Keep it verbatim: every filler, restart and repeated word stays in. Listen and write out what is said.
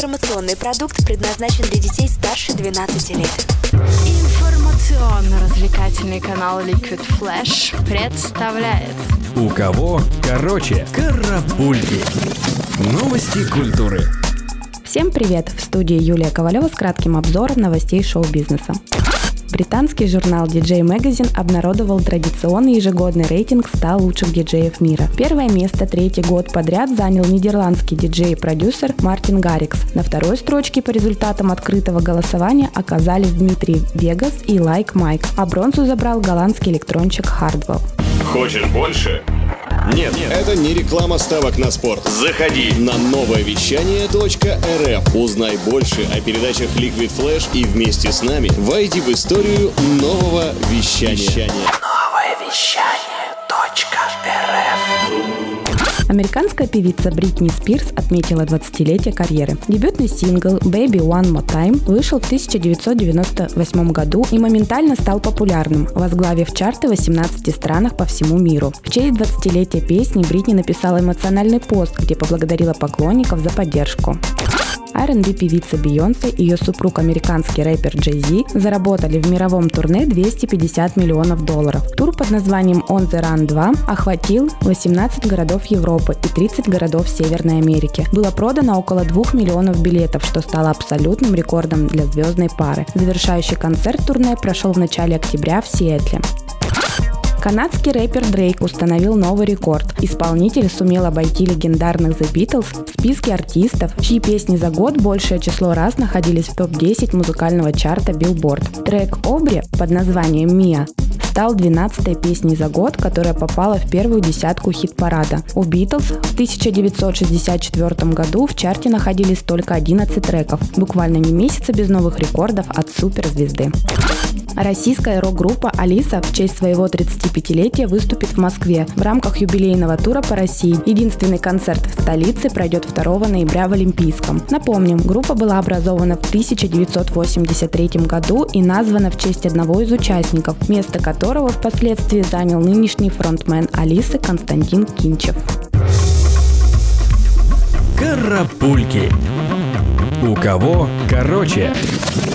Информационный продукт предназначен для детей старше двенадцати лет. Информационно-развлекательный канал Liquid Flash представляет «У кого короче?» Карапульки. Новости культуры. Всем привет! В студии Юлия Ковалева с кратким обзором новостей шоу-бизнеса. Британский журнал ди джей Magazine обнародовал традиционный ежегодный рейтинг ста лучших диджеев мира. Первое место третий год подряд занял нидерландский диджей и продюсер Мартин Гаррикс. На второй строчке по результатам открытого голосования оказались Дмитрий Вегас и Like Mike, а бронзу забрал голландский электрончик Hardwell. Хочешь больше? Нет, нет, это не реклама ставок на спорт. Заходи на новое вещание точка эр эф. Узнай больше о передачах Liquid Flash и вместе с нами войди в историю нового вещания. Новое вещание точка эр эф. Американская певица Бритни Спирс отметила двадцатилетие карьеры. Дебютный сингл «Baby One More Time» вышел в тысяча девятьсот девяносто восьмом году и моментально стал популярным, возглавив чарты в восемнадцати странах по всему миру. В честь двадцатилетия песни Бритни написала эмоциональный пост, где поблагодарила поклонников за поддержку. ар энд би-певица Бейонсе и ее супруг американский рэпер Джей Зи заработали в мировом турне двести пятьдесят миллионов долларов. Тур под названием On the Run два охватил восемнадцать городов Европы и тридцать городов Северной Америки. Было продано около двух миллионов билетов, что стало абсолютным рекордом для звездной пары. Завершающий концерт турне прошел в начале октября в Сиэтле. Канадский рэпер Дрейк установил новый рекорд. Исполнитель сумел обойти легендарных The Beatles в списке артистов, чьи песни за год большее число раз находились в топ десять музыкального чарта Billboard. Трек «Обри» под названием «Мия» стал двенадцатой песней за год, которая попала в первую десятку хит-парада. У Beatles в тысяча девятьсот шестьдесят четвёртом году в чарте находились только одиннадцать треков. Буквально не месяца без новых рекордов от суперзвезды. Российская рок-группа «Алиса» в честь своего тридцатипятилетия выступит в Москве в рамках юбилейного тура по России. Единственный концерт в столице пройдет второго ноября в Олимпийском. Напомним, группа была образована в тысяча девятьсот восемьдесят третьем году и названа в честь одного из участников, место которого впоследствии занял нынешний фронтмен «Алисы» Константин Кинчев. Карапульки. У кого короче?